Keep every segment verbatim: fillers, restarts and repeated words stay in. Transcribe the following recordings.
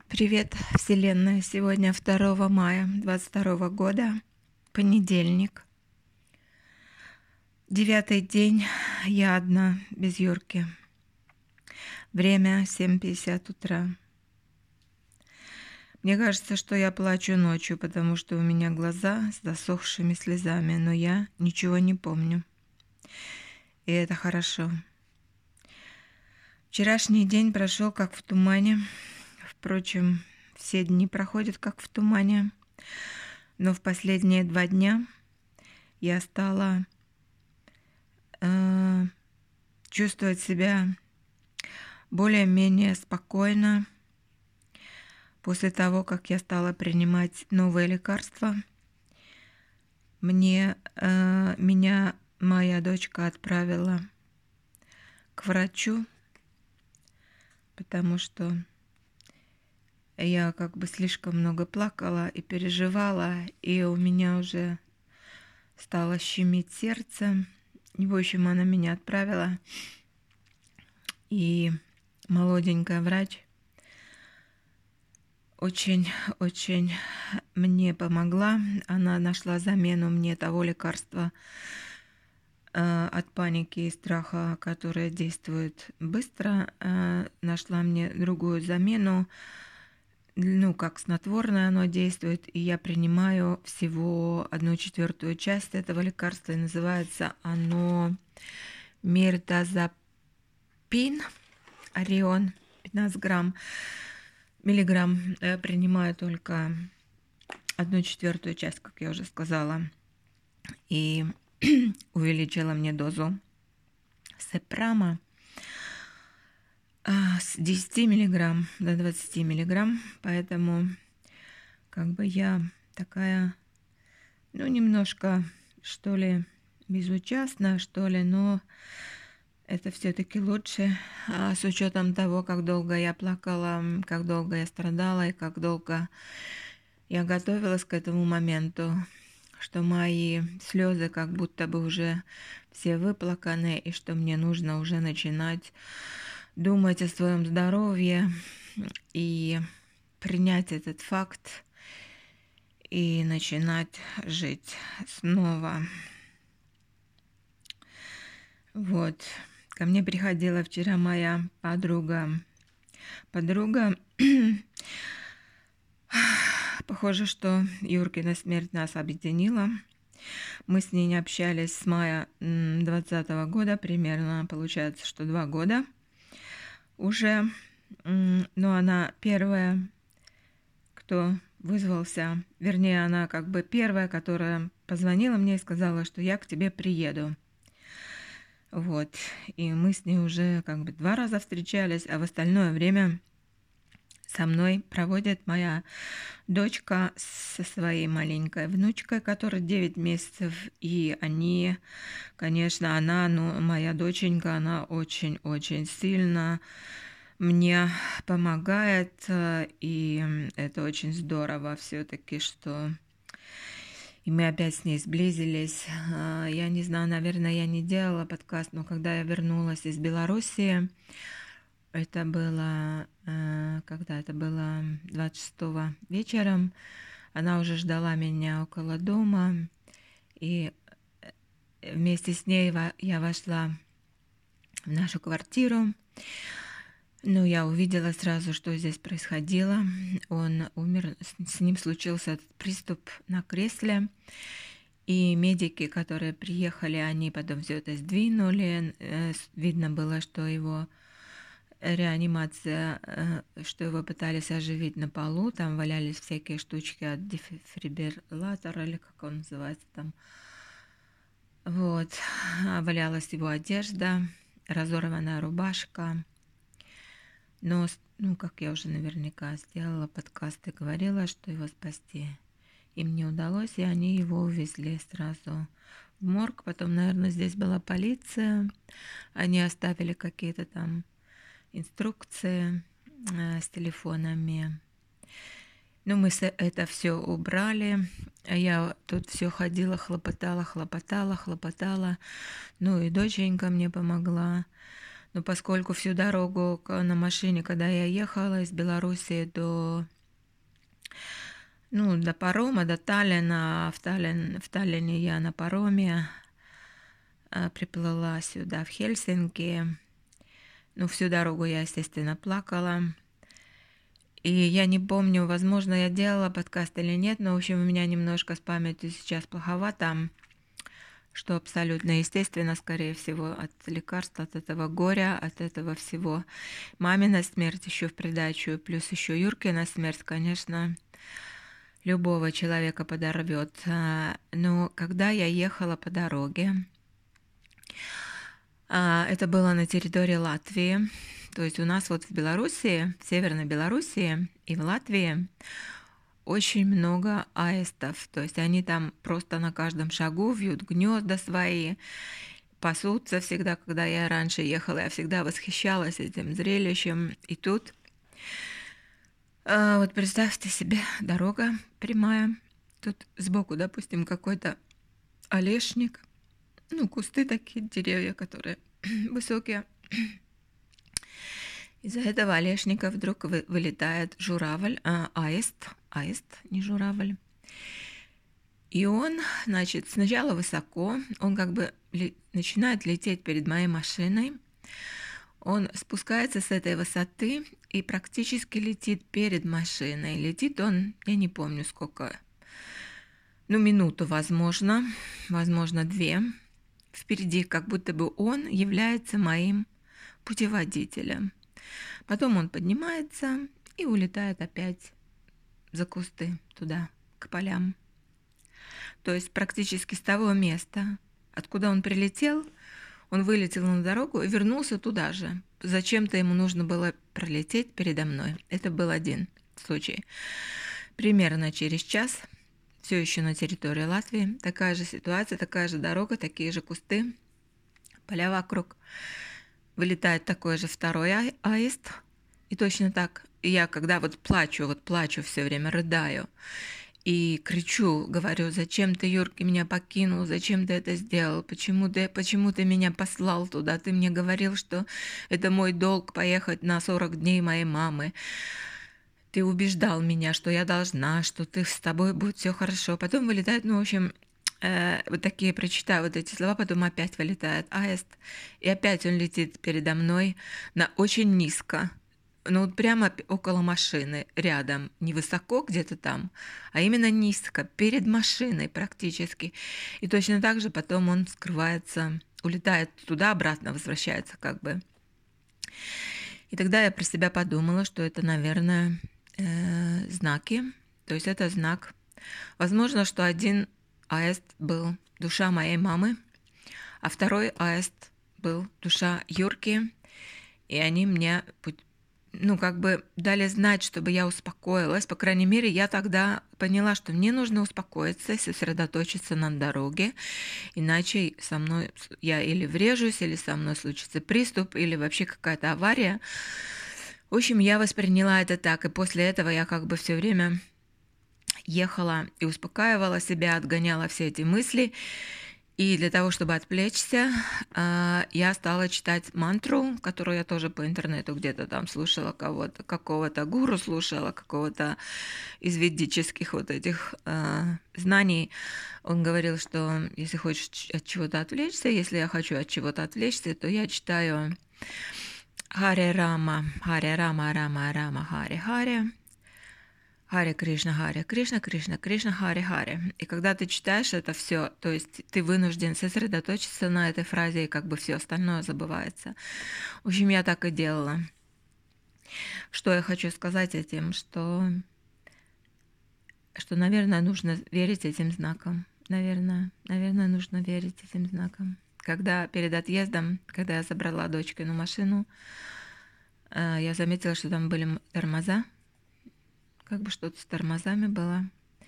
Привет, Вселенная! Сегодня второго мая двадцать второго года, понедельник. Девятый день, я одна, без Юрки. Время семь пятьдесят утра. Мне кажется, что я плачу ночью, потому что у меня глаза с засохшими слезами, но я ничего не помню. И это хорошо. Вчерашний день прошел как в тумане. Впрочем, все дни проходят как в тумане. Но в последние два дня я стала э, чувствовать себя более-менее спокойно после того, как я стала принимать новые лекарства. Мне, э, меня моя дочка отправила к врачу, потому что я как бы слишком много плакала и переживала, и у меня уже стало щемить сердце. И, в общем, она меня отправила. И молоденькая врач очень-очень мне помогла. Она нашла замену мне того лекарства э, от паники и страха, которое действует быстро. Э, нашла мне другую замену. Ну, как снотворное оно действует, и я принимаю всего одну четвертую часть этого лекарства, и называется оно миртазапин, Орион, пятнадцать грамм, миллиграмм. Я принимаю только одну четвертую часть, как я уже сказала, и увеличила мне дозу сепрама с десяти миллиграмм до двадцати миллиграмм, поэтому как бы я такая, ну, немножко, что ли, безучастная, что ли, но это все-таки лучше, а с учетом того, как долго я плакала, как долго я страдала и как долго я готовилась к этому моменту, что мои слезы как будто бы уже все выплаканы, и что мне нужно уже начинать думать о своем здоровье и принять этот факт и начинать жить снова. Вот. Ко мне приходила вчера моя подруга. Подруга. Похоже, что Юркина смерть нас объединила. Мы с ней не общались с мая двадцатого года, примерно, получается, что два года уже. Но она первая, кто вызвался, вернее, она как бы первая, которая позвонила мне и сказала, что я к тебе приеду. Вот, и мы с ней уже как бы два раза встречались, а в остальное время со мной проводит моя дочка со своей маленькой внучкой, которой девять месяцев, и они, конечно, она, ну, моя доченька, она очень-очень сильно мне помогает, и это очень здорово все-таки, что и мы опять с ней сблизились. Я не знаю, наверное, я не делала подкаст, но когда я вернулась из Белоруссии, это было, когда это было двадцать шестого вечером, она уже ждала меня около дома, и вместе с ней я вошла в нашу квартиру. Ну, я увидела сразу, что здесь происходило. Он умер, с ним случился этот приступ на кресле. И медики, которые приехали, они потом все это сдвинули. Видно было, что его реанимация, что его пытались оживить на полу. Там валялись всякие штучки от дефибриллятора, или как он называется там. Вот. Валялась его одежда, разорванная рубашка. Но, ну, как я уже наверняка сделала подкаст и говорила, что его спасти им не удалось, и они его увезли сразу в морг. Потом, наверное, здесь была полиция, они оставили какие-то там инструкции э, с телефонами. Ну, мы это все убрали. Я тут все ходила, хлопотала, хлопотала, хлопотала. Ну, и доченька мне помогла. Но поскольку всю дорогу на машине, когда я ехала из Беларуси до, ну, до парома, до Таллина, в, Таллин, в Таллине я на пароме приплыла сюда, в Хельсинки. Ну, всю дорогу я, естественно, плакала. И я не помню, возможно, я делала подкаст или нет, но, в общем, у меня немножко с памятью сейчас плоховато, что абсолютно естественно, скорее всего, от лекарств, от этого горя, от этого всего. Мамина смерть еще в придачу, плюс еще Юркина смерть, конечно, любого человека подорвет. Но когда я ехала по дороге, это было на территории Латвии. То есть у нас вот в Белоруссии, в Северной Белоруссии и в Латвии очень много аистов. То есть они там просто на каждом шагу вьют гнезда свои, пасутся всегда. Когда я раньше ехала, я всегда восхищалась этим зрелищем. И тут, вот представьте себе, дорога прямая. Тут сбоку, допустим, какой-то олешник. Ну, кусты такие, деревья, которые высокие. Из-за этого олешника вдруг вы, вылетает журавль, а, аист, аист, не журавль. И он, значит, сначала высоко, он как бы ли, начинает лететь перед моей машиной. Он спускается с этой высоты и практически летит перед машиной. Летит он, я не помню сколько, ну, минуту, возможно, возможно, две. Впереди, как будто бы он является моим путеводителем. Потом он поднимается и улетает опять за кусты, туда, к полям. То есть практически с того места, откуда он прилетел, он вылетел на дорогу и вернулся туда же. Зачем-то ему нужно было пролететь передо мной. Это был один случай. Примерно через час, все еще на территории Латвии, такая же ситуация, такая же дорога, такие же кусты, поля вокруг. Вылетает такой же второй аист. И точно так я, когда вот плачу, вот плачу все время, рыдаю. И кричу, говорю, зачем ты, Юрки, меня покинул, зачем ты это сделал, почему ты, почему ты меня послал туда, ты мне говорил, что это мой долг поехать на сорок дней моей мамы. Ты убеждал меня, что я должна, что ты с тобой будет все хорошо. Потом вылетает, ну, в общем, э, вот такие, прочитаю вот эти слова, потом опять вылетает аист, и опять он летит передо мной на очень низко. Ну, вот прямо около машины, рядом, не высоко где-то там, а именно низко, перед машиной практически. И точно так же потом он скрывается, улетает туда, обратно возвращается как бы. И тогда я про себя подумала, что это, наверное, э, знаки. То есть это знак. Возможно, что один аист был душа моей мамы, а второй аист был душа Юрки. И они мне, ну, как бы дали знать, чтобы я успокоилась. По крайней мере, я тогда поняла, что мне нужно успокоиться, сосредоточиться на дороге. Иначе со мной я или врежусь, или со мной случится приступ, или вообще какая-то авария. В общем, я восприняла это так. И после этого я как бы все время ехала и успокаивала себя, отгоняла все эти мысли. И для того, чтобы отвлечься, я стала читать мантру, которую я тоже по интернету где-то там слушала, кого-то, какого-то гуру слушала, какого-то из ведических вот этих знаний. Он говорил, что если хочешь от чего-то отвлечься, если я хочу от чего-то отвлечься, то я читаю Харе Рама, Харе Рама, Рама, Рама, Харе Харе. Харе Кришна, Харе Кришна, Кришна, Кришна, Харе Харе. И когда ты читаешь это все, то есть ты вынужден сосредоточиться на этой фразе, и как бы все остальное забывается. В общем, я так и делала. Что я хочу сказать этим, что, что, наверное, нужно верить этим знакам. Наверное, наверное, нужно верить этим знакам. Когда перед отъездом, когда я забрала дочкину машину, я заметила, что там были тормоза. Как бы что-то с тормозами было.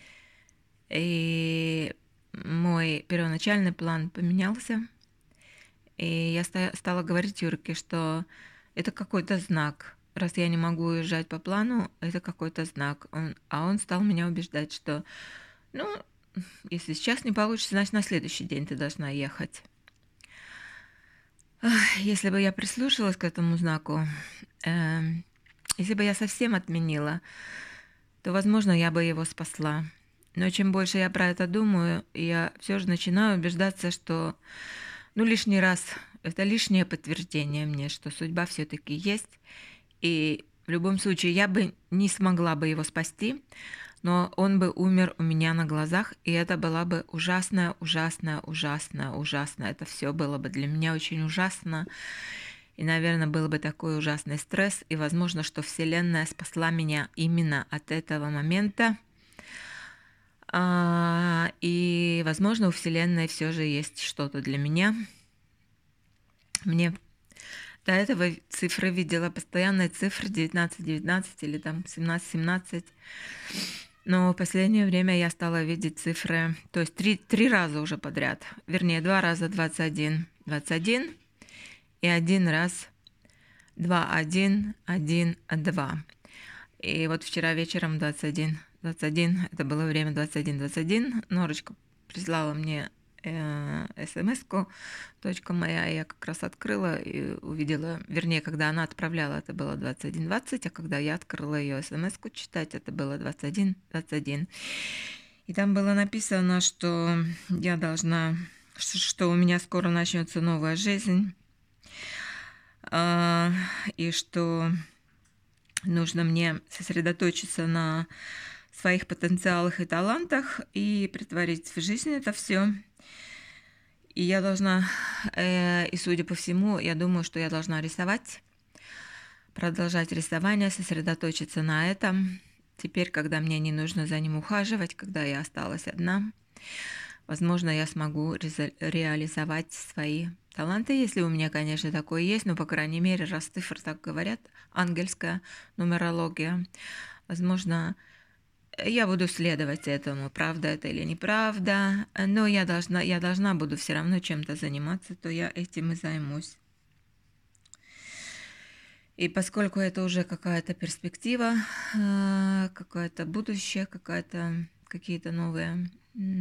И мой первоначальный план поменялся. И я стала говорить Юрке, что это какой-то знак. Раз я не могу уезжать по плану, это какой-то знак. Он, а он стал меня убеждать, что, ну, если сейчас не получится, значит, на следующий день ты должна ехать. Если бы я прислушалась к этому знаку, э, если бы я совсем отменила, то, возможно, я бы его спасла. Но чем больше я про это думаю, я все же начинаю убеждаться, что, ну, лишний раз, это лишнее подтверждение мне, что судьба все-таки есть. И в любом случае я бы не смогла бы его спасти, но он бы умер у меня на глазах, и это была бы ужасная, ужасная, ужасная, ужасная. Это все было бы для меня очень ужасно. И, наверное, был бы такой ужасный стресс, и возможно, что Вселенная спасла меня именно от этого момента. А, и, возможно, у Вселенной все же есть что-то для меня. Мне до этого цифры видела, постоянные цифры девятнадцать девятнадцать или там семнадцать семнадцать. Но в последнее время я стала видеть цифры, то есть три, три раза уже подряд. Вернее, два раза двадцать один двадцать один и один раз два один один два. И вот вчера вечером двадцать один двадцать один, это было время двадцать один двадцать один, Норочка прислала мне э, смс-ку, точка моя, я как раз открыла и увидела, вернее, когда она отправляла, это было двадцать один двадцать, а когда я открыла ее смс-ку читать, это было двадцать один двадцать один. И там было написано, что я должна, что у меня скоро начнется новая жизнь, э, и что нужно мне сосредоточиться на своих потенциалах и талантах и притворить в жизнь это все. И я должна, э, и судя по всему, я думаю, что я должна рисовать, продолжать рисование, сосредоточиться на этом. Теперь, когда мне не нужно за ним ухаживать, когда я осталась одна, возможно, я смогу ре- реализовать свои таланты, если у меня, конечно, такое есть, но, по крайней мере, раз цифры так говорят, ангельская нумерология, возможно, я буду следовать этому, правда это или неправда, но я должна, я должна буду все равно чем-то заниматься, то я этим и займусь. И поскольку это уже какая-то перспектива, какое-то будущее, какая-то, какие-то новые,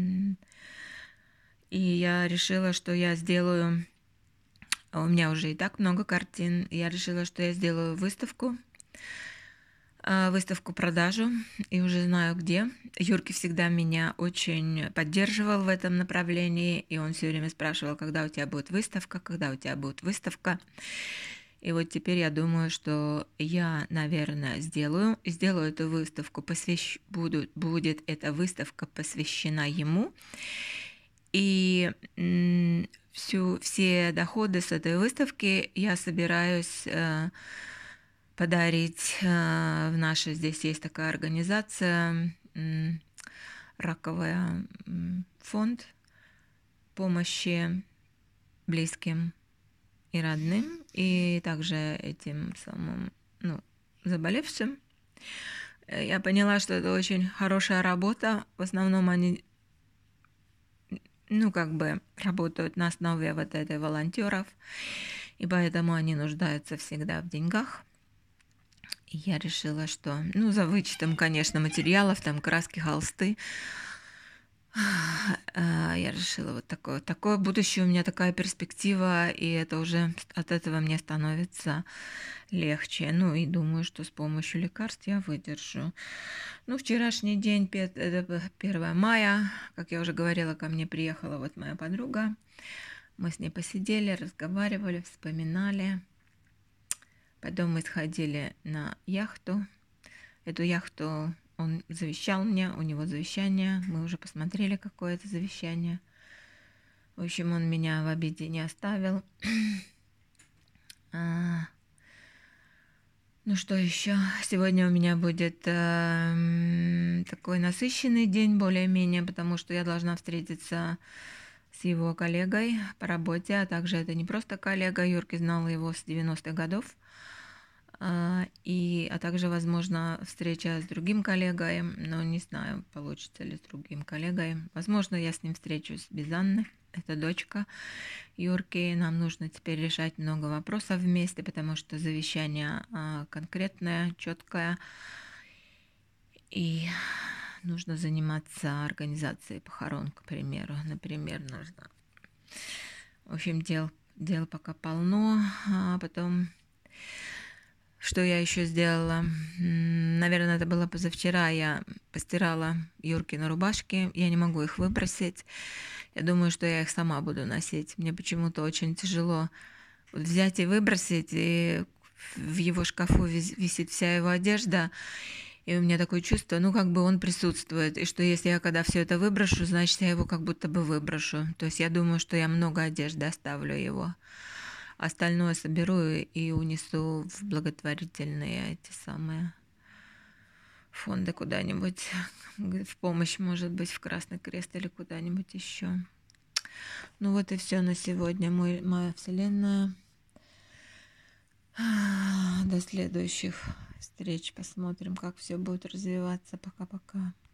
и я решила, что я сделаю, у меня уже и так много картин, я решила, что я сделаю выставку, выставку-продажу, и уже знаю где. Юрки всегда меня очень поддерживал в этом направлении, и он все время спрашивал, когда у тебя будет выставка, когда у тебя будет выставка. И вот теперь я думаю, что я, наверное, сделаю, сделаю эту выставку, посвящ... буду, будет эта выставка посвящена ему, и м- всю, все доходы с этой выставки я собираюсь э, подарить э, в нашей, здесь есть такая организация, э, раковая, э, фонд помощи близким и родным, и также этим самым, ну, заболевшим. Я поняла, что это очень хорошая работа. В основном они, ну, как бы работают на основе вот этой волонтеров, и поэтому они нуждаются всегда в деньгах. И я решила, что, ну, за вычетом, конечно, материалов, там, краски, холсты, я решила вот такое, такое будущее у меня, такая перспектива, и это уже от этого мне становится легче. Ну, и думаю, что с помощью лекарств я выдержу. Ну, вчерашний день, это первое мая, как я уже говорила, ко мне приехала вот моя подруга. Мы с ней посидели, разговаривали, вспоминали. Потом мы сходили на яхту. Эту яхту он завещал мне, у него завещание. Мы уже посмотрели, какое это завещание. В общем, он меня в обиде не оставил. а, ну что еще? Сегодня у меня будет э, такой насыщенный день, более-менее, потому что я должна встретиться с его коллегой по работе, а также это не просто коллега, Юрки знал его с девяностых годов. И, а также, возможно, встреча с другим коллегой, но не знаю, получится ли с другим коллегой. Возможно, я с ним встречусь без Анны, это дочка Юрки. Нам нужно теперь решать много вопросов вместе, потому что завещание конкретное, четкое, и нужно заниматься организацией похорон, к примеру. Например, нужно, в общем, дел дел пока полно. А потом, что я еще сделала? Наверное, это было позавчера. Я постирала Юркины рубашки. Я не могу их выбросить. Я думаю, что я их сама буду носить. Мне почему-то очень тяжело взять и выбросить, и в его шкафу висит вся его одежда. И у меня такое чувство, ну, как бы он присутствует. И что если я когда все это выброшу, значит, я его как будто бы выброшу. То есть я думаю, что я много одежды оставлю его. Остальное соберу и унесу в благотворительные эти самые фонды куда-нибудь. В помощь, может быть, в Красный Крест или куда-нибудь еще. Ну вот и все на сегодня. Мой, моя вселенная. До следующих встреч. Посмотрим, как все будет развиваться. Пока-пока.